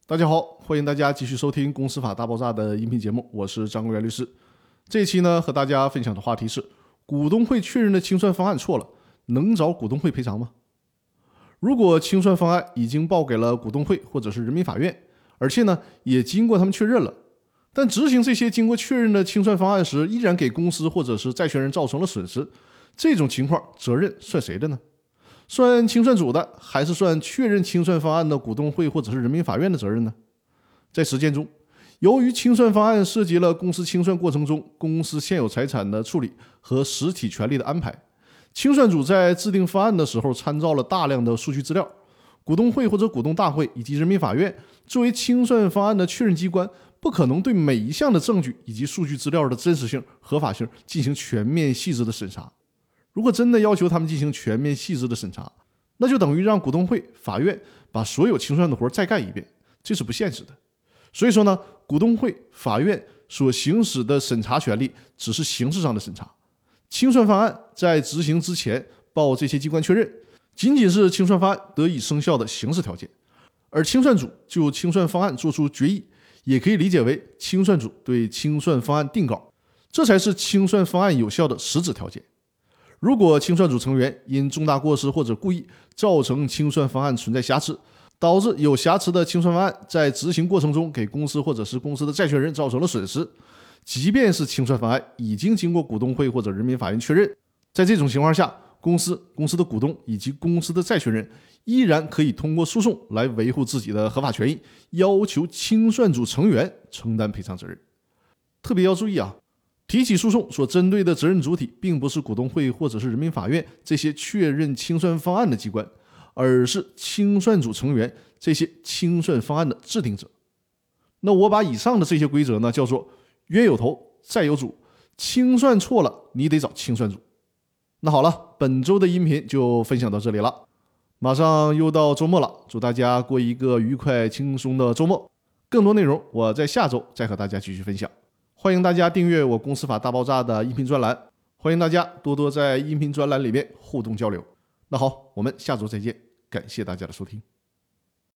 大家好，欢迎大家继续收听《公司法大爆炸》的音频节目，我是张国元律师。这一期呢，和大家分享的话题是：股东会确认的清算方案错了，能找股东会赔偿吗？如果清算方案已经报给了股东会或者是人民法院，而且呢也经过他们确认了，但执行这些经过确认的清算方案时，依然给公司或者是债权人造成了损失，这种情况责任算谁的呢？算清算组的，还是算确认清算方案的股东会或者是人民法院的责任呢？在实践中，由于清算方案涉及了公司清算过程中公司现有财产的处理和实体权利的安排，清算组在制定方案的时候参照了大量的数据资料，股东会或者股东大会以及人民法院作为清算方案的确认机关，不可能对每一项的证据以及数据资料的真实性、合法性进行全面细致的审查。如果真的要求他们进行全面细致的审查，那就等于让股东会、法院把所有清算的活再干一遍，这是不现实的。所以说呢，股东会、法院所行使的审查权利只是形式上的审查，清算方案在执行之前报这些机关确认，仅仅是清算方案得以生效的形式条件。而清算组就清算方案作出决议，也可以理解为清算组对清算方案定稿，这才是清算方案有效的实质条件。如果清算组成员因重大过失或者故意造成清算方案存在瑕疵，导致有瑕疵的清算方案在执行过程中给公司或者是公司的债权人造成了损失，即便是清算方案已经经过股东会或者人民法院确认，在这种情况下，公司的股东以及公司的债权人依然可以通过诉讼来维护自己的合法权益，要求清算组成员承担赔偿责任。特别要注意啊，提起诉讼所针对的责任主体并不是股东会或者是人民法院这些确认清算方案的机关，而是清算组成员这些清算方案的制定者。那我把以上的这些规则呢叫做冤有头债有主，清算错了你得找清算组。那好了，本周的音频就分享到这里了，马上又到周末了，祝大家过一个愉快轻松的周末。更多内容我在下周再和大家继续分享。欢迎大家订阅我公司法大爆炸的音频专栏，欢迎大家多多在音频专栏里面互动交流。那好，我们下周再见，感谢大家的收听。